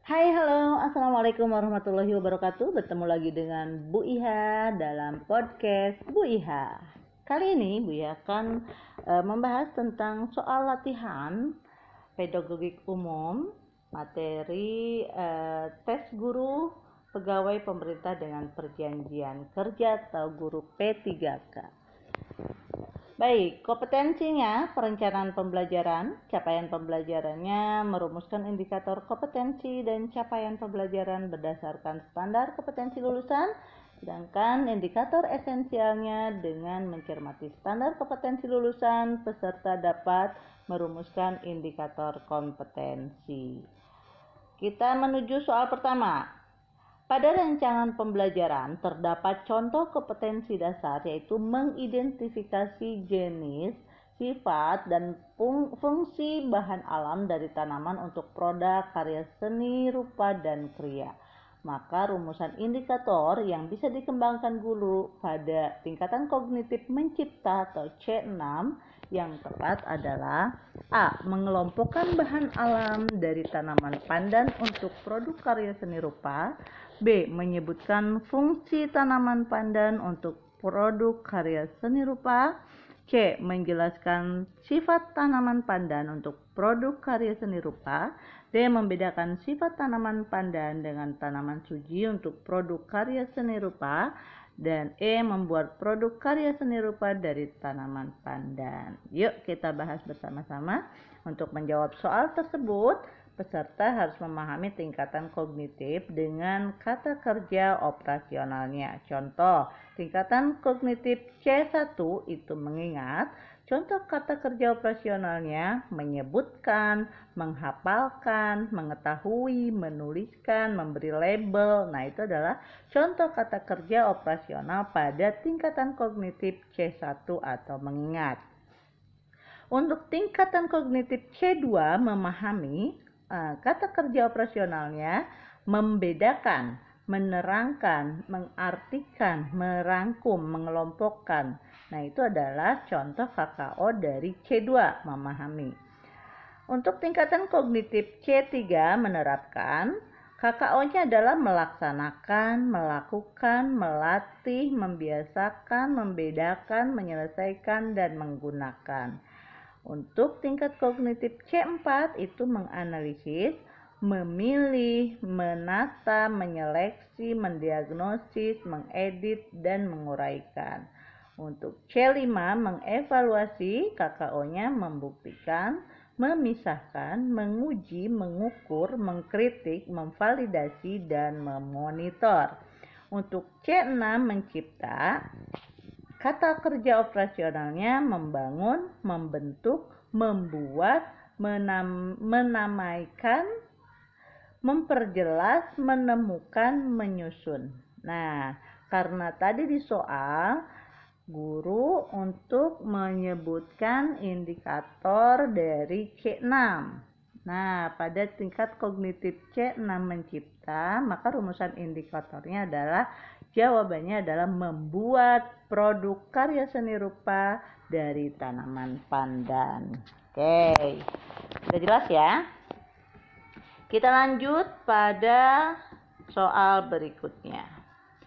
Hai, halo, assalamualaikum warahmatullahi wabarakatuh. Bertemu lagi dengan Bu Iha dalam podcast Bu Iha. Kali ini Bu Iha akan membahas tentang soal latihan pedagogik umum, materi tes guru pegawai pemerintah dengan perjanjian kerja atau guru P3K. Baik, kompetensinya perencanaan pembelajaran, capaian pembelajarannya merumuskan indikator kompetensi dan capaian pembelajaran berdasarkan standar kompetensi lulusan, sedangkan indikator esensialnya dengan mencermati standar kompetensi lulusan, peserta dapat merumuskan indikator kompetensi. Kita menuju soal pertama. Pada rancangan pembelajaran terdapat contoh kompetensi dasar, yaitu mengidentifikasi jenis, sifat, dan fungsi bahan alam dari tanaman untuk produk karya seni, rupa, dan kriya. Maka rumusan indikator yang bisa dikembangkan guru pada tingkatan kognitif mencipta atau C6 yang tepat adalah A. Mengelompokkan bahan alam dari tanaman pandan untuk produk karya seni rupa. B. Menyebutkan fungsi tanaman pandan untuk produk karya seni rupa. C. Menjelaskan sifat tanaman pandan untuk produk karya seni rupa. D. Membedakan sifat tanaman pandan dengan tanaman suji untuk produk karya seni rupa. Dan E. Membuat produk karya seni rupa dari tanaman pandan. Yuk kita bahas bersama-sama. Untuk menjawab soal tersebut, peserta harus memahami tingkatan kognitif dengan kata kerja operasionalnya. Contoh, tingkatan kognitif C1 itu mengingat. Contoh kata kerja operasionalnya menyebutkan, menghafalkan, mengetahui, menuliskan, memberi label. Nah, itu adalah contoh kata kerja operasional pada tingkatan kognitif C1 atau mengingat. Untuk tingkatan kognitif C2 memahami, kata kerja operasionalnya membedakan, menerangkan, mengartikan, merangkum, mengelompokkan. Nah, itu adalah contoh KKO dari C2, memahami. Untuk tingkatan kognitif C3 menerapkan, KKO-nya adalah melaksanakan, melakukan, melatih, membiasakan, membedakan, menyelesaikan, dan menggunakan. Untuk tingkat kognitif C4 itu menganalisis, memilih, menata, menyeleksi, mendiagnosis, mengedit, dan menguraikan. Untuk C5 mengevaluasi, KKO-nya membuktikan, memisahkan, menguji, mengukur, mengkritik, memvalidasi, dan memonitor. Untuk C6 mencipta, kata kerja operasionalnya membangun, membentuk, membuat, menamaikan, memperjelas, menemukan, menyusun. Nah, karena tadi di soal guru untuk menyebutkan indikator dari C6. Nah, pada tingkat kognitif C6 mencipta, maka rumusan indikatornya adalah jawabannya adalah membuat produk karya seni rupa dari tanaman pandan. Oke, sudah jelas ya? Kita lanjut pada soal berikutnya.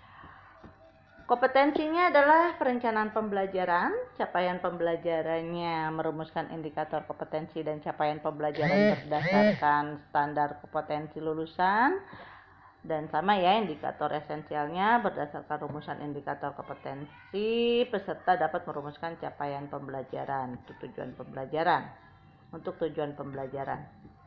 Kompetensinya adalah perencanaan pembelajaran, capaian pembelajarannya merumuskan indikator kompetensi dan capaian pembelajaran berdasarkan standar kompetensi lulusan. Dan sama ya, indikator esensialnya berdasarkan rumusan indikator kompetensi, peserta dapat merumuskan capaian pembelajaran untuk tujuan pembelajaran.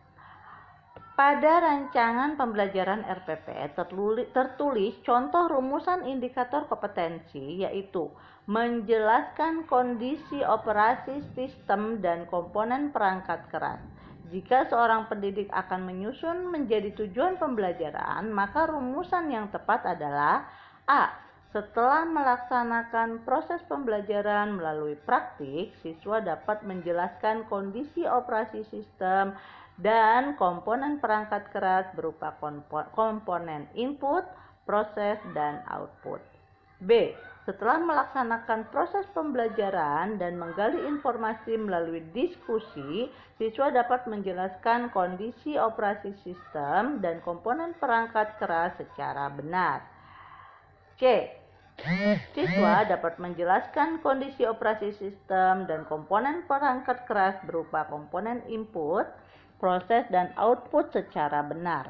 Pada rancangan pembelajaran RPP tertulis contoh rumusan indikator kompetensi, yaitu menjelaskan kondisi operasi sistem dan komponen perangkat keras. Jika seorang pendidik akan menyusun menjadi tujuan pembelajaran, maka rumusan yang tepat adalah A. Setelah melaksanakan proses pembelajaran melalui praktik, siswa dapat menjelaskan kondisi operasi sistem dan komponen perangkat keras berupa komponen input, proses, dan output. B. Setelah melaksanakan proses pembelajaran dan menggali informasi melalui diskusi, siswa dapat menjelaskan kondisi operasi sistem dan komponen perangkat keras secara benar. C. Siswa dapat menjelaskan kondisi operasi sistem dan komponen perangkat keras berupa komponen input, proses, dan output secara benar.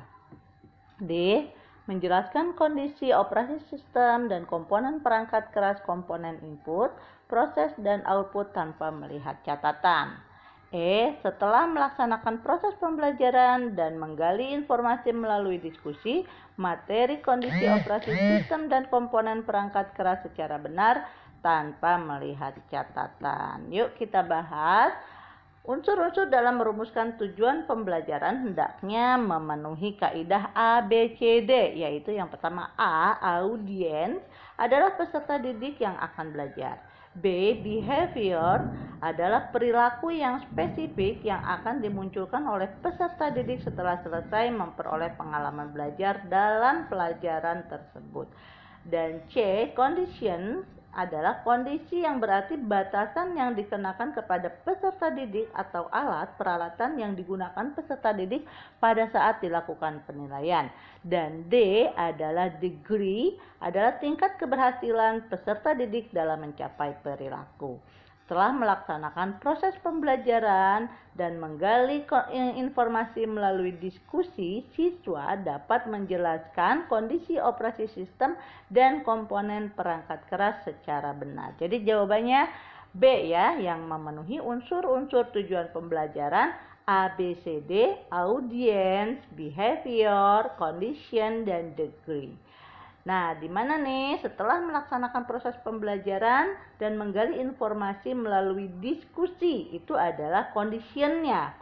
D. Menjelaskan kondisi operasi sistem dan komponen perangkat keras komponen input, proses, dan output tanpa melihat catatan. E. Setelah melaksanakan proses pembelajaran dan menggali informasi melalui diskusi, materi kondisi operasi sistem dan komponen perangkat keras secara benar tanpa melihat catatan. Yuk kita bahas. Unsur-unsur dalam merumuskan tujuan pembelajaran hendaknya memenuhi kaidah A, B, C, D, yaitu yang pertama A, audiens adalah peserta didik yang akan belajar. B, behavior adalah perilaku yang spesifik yang akan dimunculkan oleh peserta didik setelah selesai memperoleh pengalaman belajar dalam pelajaran tersebut. Dan C, conditions adalah kondisi yang berarti batasan yang dikenakan kepada peserta didik atau alat peralatan yang digunakan peserta didik pada saat dilakukan penilaian. Dan D adalah degree, adalah tingkat keberhasilan peserta didik dalam mencapai perilaku. Setelah melaksanakan proses pembelajaran dan menggali informasi melalui diskusi, siswa dapat menjelaskan kondisi operasi sistem dan komponen perangkat keras secara benar. Jadi jawabannya B ya, yang memenuhi unsur-unsur tujuan pembelajaran A, B, C, D, audience, behavior, condition, dan degree. Nah, di mana nih setelah melaksanakan proses pembelajaran dan menggali informasi melalui diskusi, itu adalah kondisinya.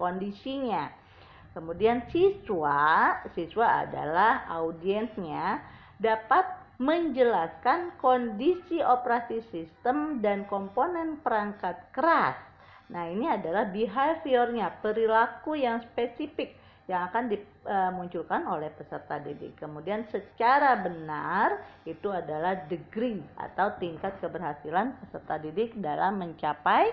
Kemudian siswa adalah audiensnya, dapat menjelaskan kondisi operasi sistem dan komponen perangkat keras. Nah, ini adalah behaviornya, perilaku yang spesifik yang akan dimunculkan oleh peserta didik. Kemudian secara benar itu adalah degree atau tingkat keberhasilan peserta didik dalam mencapai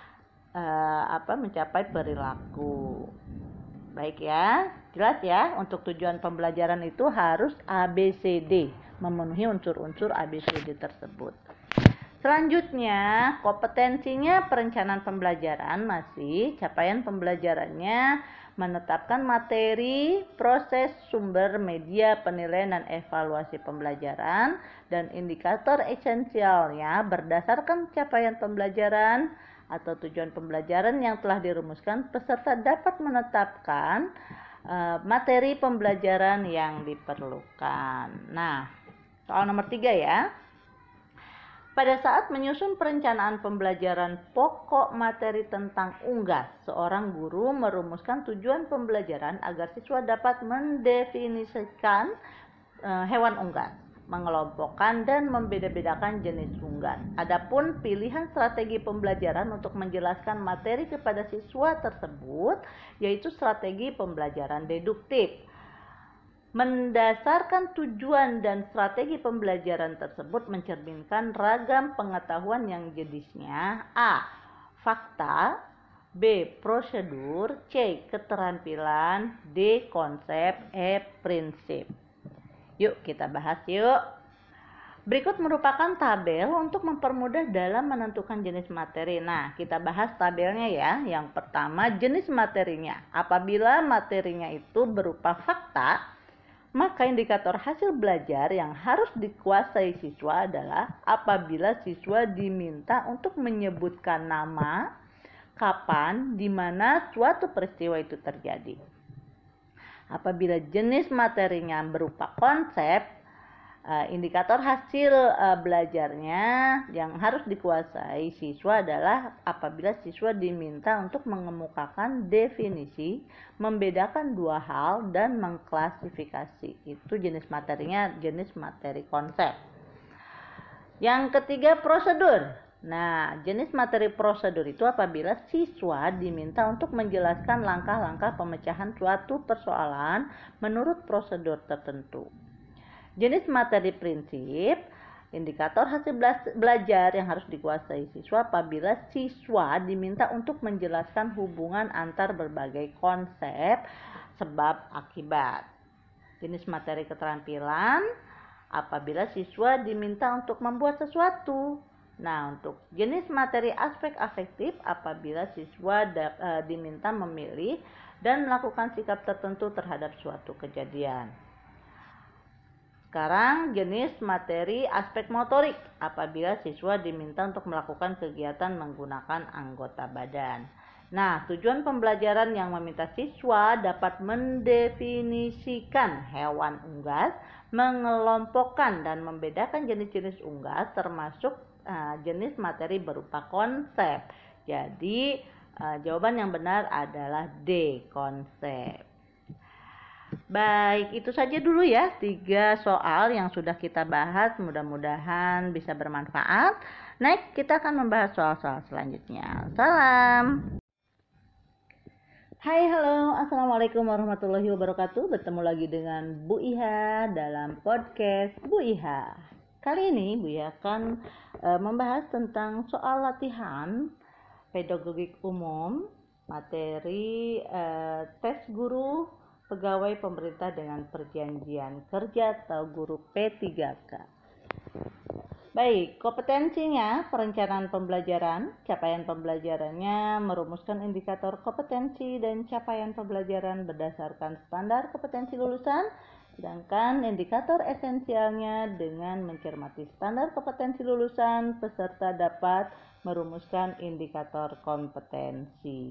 perilaku. Baik ya, jelas ya, untuk tujuan pembelajaran itu harus ABCD, memenuhi unsur-unsur ABCD tersebut. Selanjutnya, kompetensinya perencanaan pembelajaran masih capaian pembelajarannya menetapkan materi, proses, sumber, media, penilaian, dan evaluasi pembelajaran, dan indikator esensialnya berdasarkan capaian pembelajaran atau tujuan pembelajaran yang telah dirumuskan, peserta dapat menetapkan materi pembelajaran yang diperlukan. Nah, soal nomor 3 ya. Pada saat menyusun perencanaan pembelajaran pokok materi tentang unggas, seorang guru merumuskan tujuan pembelajaran agar siswa dapat mendefinisikan hewan unggas, mengelompokkan dan membeda-bedakan jenis unggas. Adapun pilihan strategi pembelajaran untuk menjelaskan materi kepada siswa tersebut, yaitu strategi pembelajaran deduktif. Mendasarkan tujuan dan strategi pembelajaran tersebut mencerminkan ragam pengetahuan yang jenisnya A. Fakta, B. Prosedur, C. Keterampilan, D. Konsep, E. Prinsip. Yuk kita bahas yuk. Berikut merupakan tabel untuk mempermudah dalam menentukan jenis materi. Nah, kita bahas tabelnya ya. Yang pertama, jenis materinya. Apabila materinya itu berupa fakta, maka indikator hasil belajar yang harus dikuasai siswa adalah apabila siswa diminta untuk menyebutkan nama, kapan, di mana suatu peristiwa itu terjadi. Apabila jenis materinya berupa konsep, indikator hasil belajarnya yang harus dikuasai siswa adalah apabila siswa diminta untuk mengemukakan definisi, membedakan dua hal, dan mengklasifikasi. Itu jenis materinya, jenis materi konsep. Yang ketiga, prosedur. Nah, jenis materi prosedur itu apabila siswa diminta untuk menjelaskan langkah-langkah pemecahan suatu persoalan menurut prosedur tertentu. Jenis materi prinsip Indikator hasil belajar yang harus dikuasai siswa apabila siswa diminta untuk menjelaskan hubungan antar berbagai konsep sebab akibat. Jenis materi keterampilan apabila siswa diminta untuk membuat sesuatu. Nah, untuk jenis materi aspek afektif apabila siswa diminta memilih dan melakukan sikap tertentu terhadap suatu kejadian. Sekarang jenis materi aspek motorik apabila siswa diminta untuk melakukan kegiatan menggunakan anggota badan. Nah, tujuan pembelajaran yang meminta siswa dapat mendefinisikan hewan unggas, mengelompokkan dan membedakan jenis-jenis unggas termasuk jenis materi berupa konsep. Jadi, jawaban yang benar adalah D, konsep. Baik, itu saja dulu ya 3 soal yang sudah kita bahas, mudah-mudahan bisa bermanfaat. Next, kita akan membahas soal-soal selanjutnya. Salam. Hai, halo, assalamualaikum warahmatullahi wabarakatuh. Bertemu lagi dengan Bu Iha dalam podcast Bu Iha. Kali ini Bu Iha akan membahas tentang soal latihan pedagogik umum, materi tes guru pegawai pemerintah dengan perjanjian kerja atau guru P3K. Baik, kompetensinya perencanaan pembelajaran, capaian pembelajarannya merumuskan indikator kompetensi dan capaian pembelajaran berdasarkan standar kompetensi lulusan, sedangkan indikator esensialnya dengan mencermati standar kompetensi lulusan, peserta dapat merumuskan indikator kompetensi.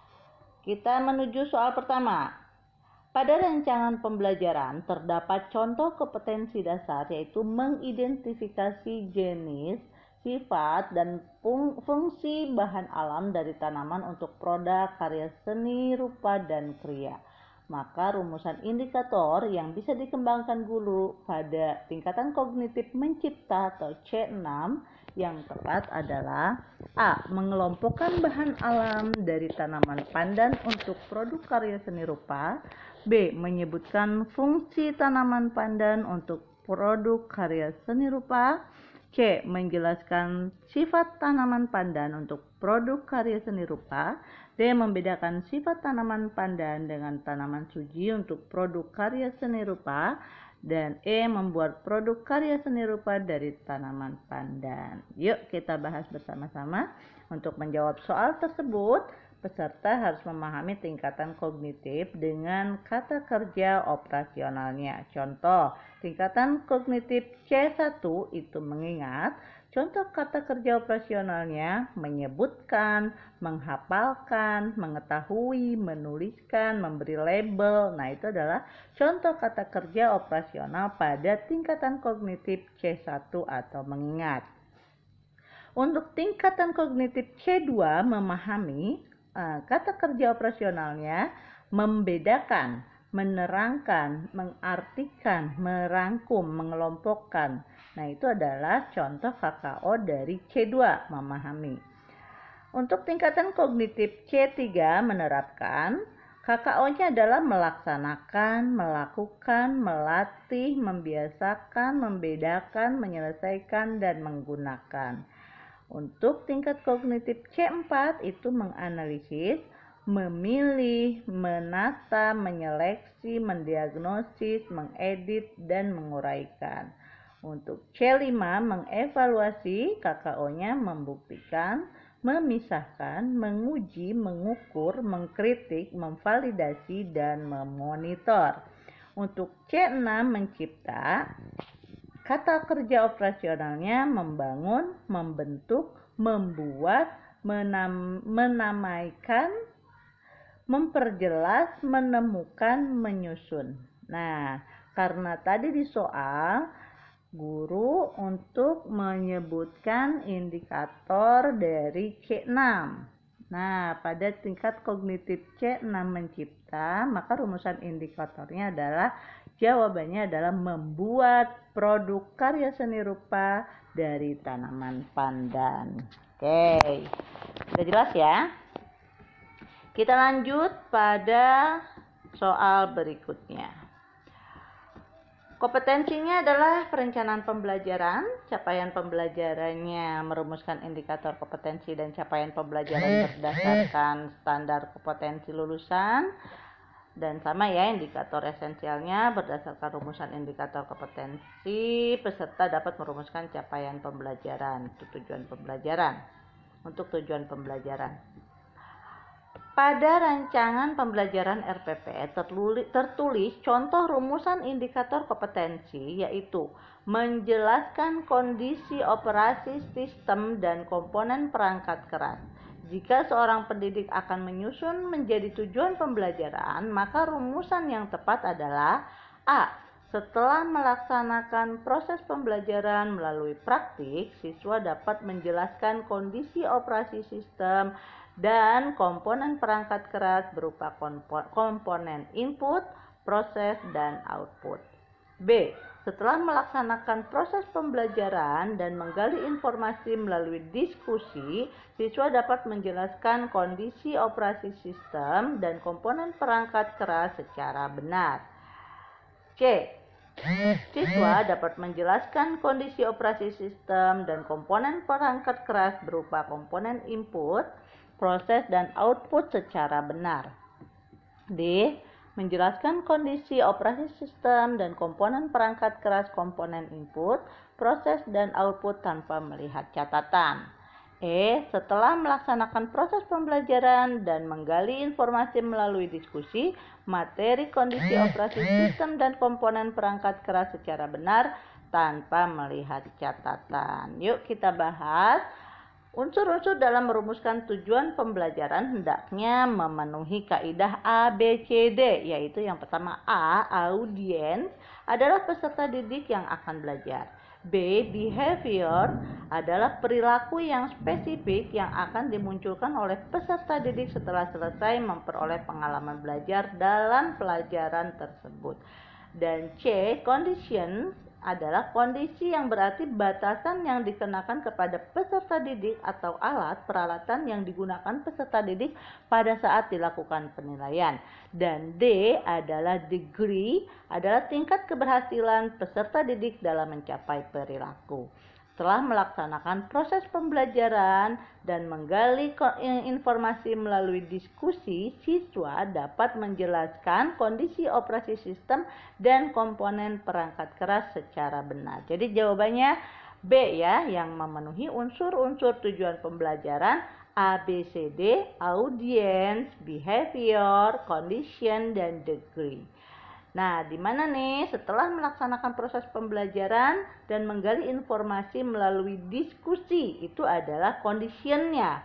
Kita menuju soal pertama. Pada rancangan pembelajaran terdapat contoh kompetensi dasar yaitu mengidentifikasi jenis, sifat, dan fungsi bahan alam dari tanaman untuk produk karya seni, rupa, dan kriya. Maka rumusan indikator yang bisa dikembangkan guru pada tingkatan kognitif mencipta atau C6 yang tepat adalah A. Mengelompokkan bahan alam dari tanaman pandan untuk produk karya seni rupa. B. Menyebutkan fungsi tanaman pandan untuk produk karya seni rupa. C. Menjelaskan sifat tanaman pandan untuk produk karya seni rupa. D. Membedakan sifat tanaman pandan dengan tanaman suji untuk produk karya seni rupa. Dan E. Membuat produk karya seni rupa dari tanaman pandan. Yuk kita bahas bersama-sama. Untuk menjawab soal tersebut, peserta harus memahami tingkatan kognitif dengan kata kerja operasionalnya. Contoh, tingkatan kognitif C1 itu mengingat. Contoh kata kerja operasionalnya menyebutkan, menghafalkan, mengetahui, menuliskan, memberi label. Nah, itu adalah contoh kata kerja operasional pada tingkatan kognitif C1 atau mengingat. Untuk tingkatan kognitif C2 memahami, kata kerja operasionalnya membedakan, menerangkan, mengartikan, merangkum, mengelompokkan. Nah, itu adalah contoh KKO dari C2, memahami. Untuk tingkatan kognitif C3 menerapkan, KKO-nya adalah melaksanakan, melakukan, melatih, membiasakan, membedakan, menyelesaikan, dan menggunakan. Untuk tingkat kognitif C4 itu menganalisis, memilih, menata, menyeleksi, mendiagnosis, mengedit, dan menguraikan. Untuk C5 mengevaluasi, KKO-nya membuktikan, memisahkan, menguji, mengukur, mengkritik, memvalidasi, dan memonitor. Untuk C6 mencipta, kata kerja operasionalnya membangun, membentuk, membuat, menamaikan, memperjelas, menemukan, menyusun. Nah, karena tadi di soal guru untuk menyebutkan indikator dari C6. Nah, pada tingkat kognitif C6 mencipta, maka rumusan indikatornya adalah jawabannya adalah membuat produk karya seni rupa dari tanaman pandan. Oke, sudah jelas ya? Kita lanjut pada soal berikutnya. Kompetensinya adalah perencanaan pembelajaran, capaian pembelajarannya merumuskan indikator kompetensi dan capaian pembelajaran berdasarkan standar kompetensi lulusan, dan sama ya, indikator esensialnya berdasarkan rumusan indikator kompetensi peserta dapat merumuskan capaian pembelajaran untuk tujuan pembelajaran. Pada rancangan pembelajaran RPP tertulis contoh rumusan indikator kompetensi, yaitu menjelaskan kondisi operasi sistem dan komponen perangkat keras. Jika seorang pendidik akan menyusun menjadi tujuan pembelajaran, maka rumusan yang tepat adalah A. Setelah melaksanakan proses pembelajaran melalui praktik, siswa dapat menjelaskan kondisi operasi sistem dan komponen perangkat keras berupa komponen input, proses, dan output. B. Setelah melaksanakan proses pembelajaran dan menggali informasi melalui diskusi, siswa dapat menjelaskan kondisi operasi sistem dan komponen perangkat keras secara benar. C. Siswa dapat menjelaskan kondisi operasi sistem dan komponen perangkat keras berupa komponen input, proses, dan output secara benar. D. Menjelaskan kondisi operasi sistem dan komponen perangkat keras komponen input, proses, dan output tanpa melihat catatan. E. Setelah melaksanakan proses pembelajaran dan menggali informasi melalui diskusi, materi kondisi operasi sistem dan komponen perangkat keras secara benar tanpa melihat catatan. Yuk kita bahas. Unsur-unsur dalam merumuskan tujuan pembelajaran hendaknya memenuhi kaidah A, B, C, D, yaitu yang pertama A, audiens adalah peserta didik yang akan belajar. B, behavior adalah perilaku yang spesifik yang akan dimunculkan oleh peserta didik setelah selesai memperoleh pengalaman belajar dalam pelajaran tersebut. Dan C, conditions adalah kondisi yang berarti batasan yang dikenakan kepada peserta didik atau alat peralatan yang digunakan peserta didik pada saat dilakukan penilaian. Dan D adalah degree, adalah tingkat keberhasilan peserta didik dalam mencapai perilaku. Setelah melaksanakan proses pembelajaran dan menggali informasi melalui diskusi, siswa dapat menjelaskan kondisi operasi sistem dan komponen perangkat keras secara benar. Jadi jawabannya B ya, yang memenuhi unsur-unsur tujuan pembelajaran A, B, C, D, audience, behavior, condition, dan degree. Nah, di mana nih setelah melaksanakan proses pembelajaran dan menggali informasi melalui diskusi, itu adalah kondisinya.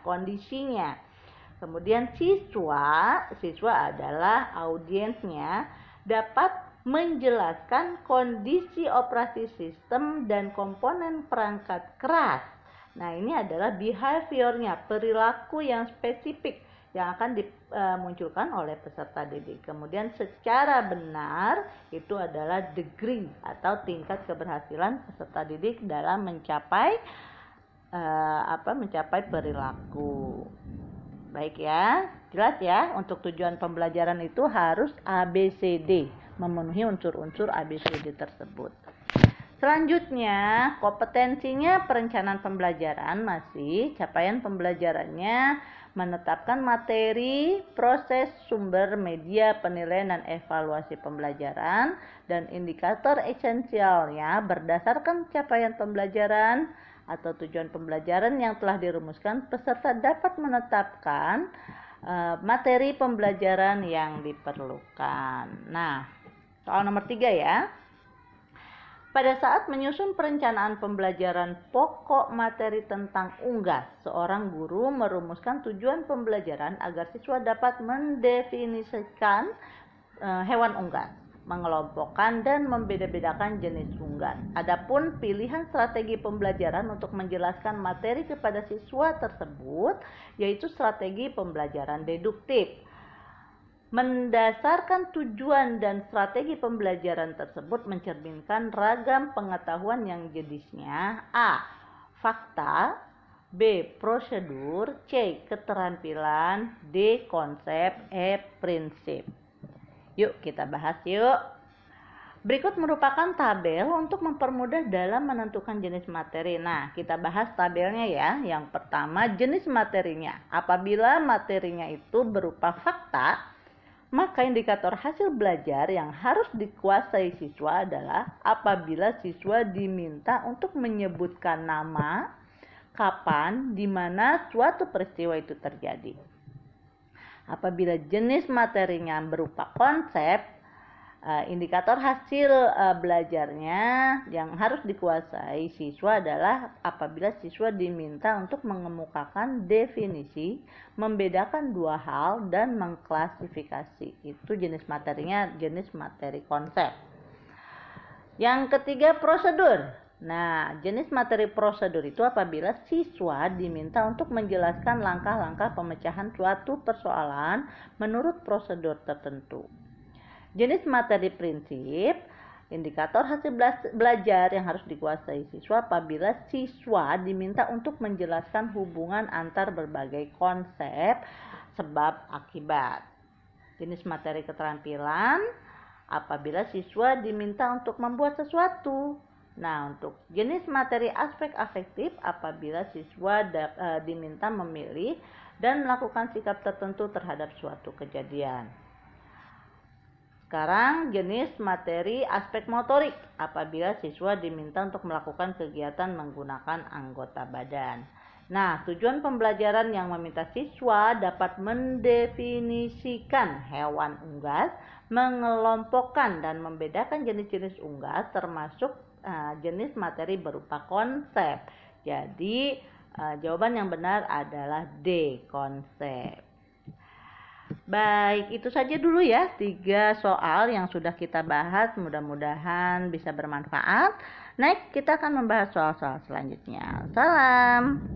Kemudian siswa adalah audiensnya, dapat menjelaskan kondisi operasi sistem dan komponen perangkat keras. Nah, ini adalah behaviornya, perilaku yang spesifik yang akan dimunculkan oleh peserta didik. Kemudian secara benar itu adalah degree atau tingkat keberhasilan peserta didik dalam mencapai perilaku. Baik ya, jelas ya, untuk tujuan pembelajaran itu harus ABCD, memenuhi unsur-unsur ABCD tersebut. Selanjutnya, kompetensinya perencanaan pembelajaran masih capaian pembelajarannya menetapkan materi, proses, sumber, media, penilaian, dan evaluasi pembelajaran, dan indikator esensialnya berdasarkan capaian pembelajaran atau tujuan pembelajaran yang telah dirumuskan, peserta dapat menetapkan materi pembelajaran yang diperlukan. Nah, soal nomor 3 ya. Pada saat menyusun perencanaan pembelajaran pokok materi tentang unggas, seorang guru merumuskan tujuan pembelajaran agar siswa dapat mendefinisikan hewan unggas, mengelompokkan dan membeda-bedakan jenis unggas. Adapun pilihan strategi pembelajaran untuk menjelaskan materi kepada siswa tersebut, yaitu strategi pembelajaran deduktif. Mendasarkan tujuan dan strategi pembelajaran tersebut mencerminkan ragam pengetahuan yang jenisnya A. Fakta, B. Prosedur, C. Keterampilan, D. Konsep, E. Prinsip. Yuk kita bahas yuk. Berikut merupakan tabel untuk mempermudah dalam menentukan jenis materi. Nah, kita bahas tabelnya ya. Yang pertama, jenis materinya. Apabila materinya itu berupa fakta, maka indikator hasil belajar yang harus dikuasai siswa adalah apabila siswa diminta untuk menyebutkan nama, kapan, di mana suatu peristiwa itu terjadi. Apabila jenis materinya berupa konsep, indikator hasil belajarnya yang harus dikuasai siswa adalah apabila siswa diminta untuk mengemukakan definisi, membedakan dua hal, dan mengklasifikasi. Itu jenis materinya, jenis materi konsep. Yang ketiga, prosedur. Nah, jenis materi prosedur itu apabila siswa diminta untuk menjelaskan langkah-langkah pemecahan suatu persoalan menurut prosedur tertentu. Jenis materi prinsip, indikator hasil belajar yang harus dikuasai siswa apabila siswa diminta untuk menjelaskan hubungan antar berbagai konsep sebab akibat. Jenis materi keterampilan, apabila siswa diminta untuk membuat sesuatu. Nah, untuk jenis materi aspek afektif, apabila siswa diminta memilih dan melakukan sikap tertentu terhadap suatu kejadian. Sekarang jenis materi aspek motorik, apabila siswa diminta untuk melakukan kegiatan menggunakan anggota badan. Nah, tujuan pembelajaran yang meminta siswa dapat mendefinisikan hewan unggas, mengelompokkan dan membedakan jenis-jenis unggas, termasuk jenis materi berupa konsep. Jadi, jawaban yang benar adalah D, konsep. Baik, itu saja dulu ya 3 soal yang sudah kita bahas, mudah-mudahan bisa bermanfaat. Next, kita akan membahas soal-soal selanjutnya. Salam.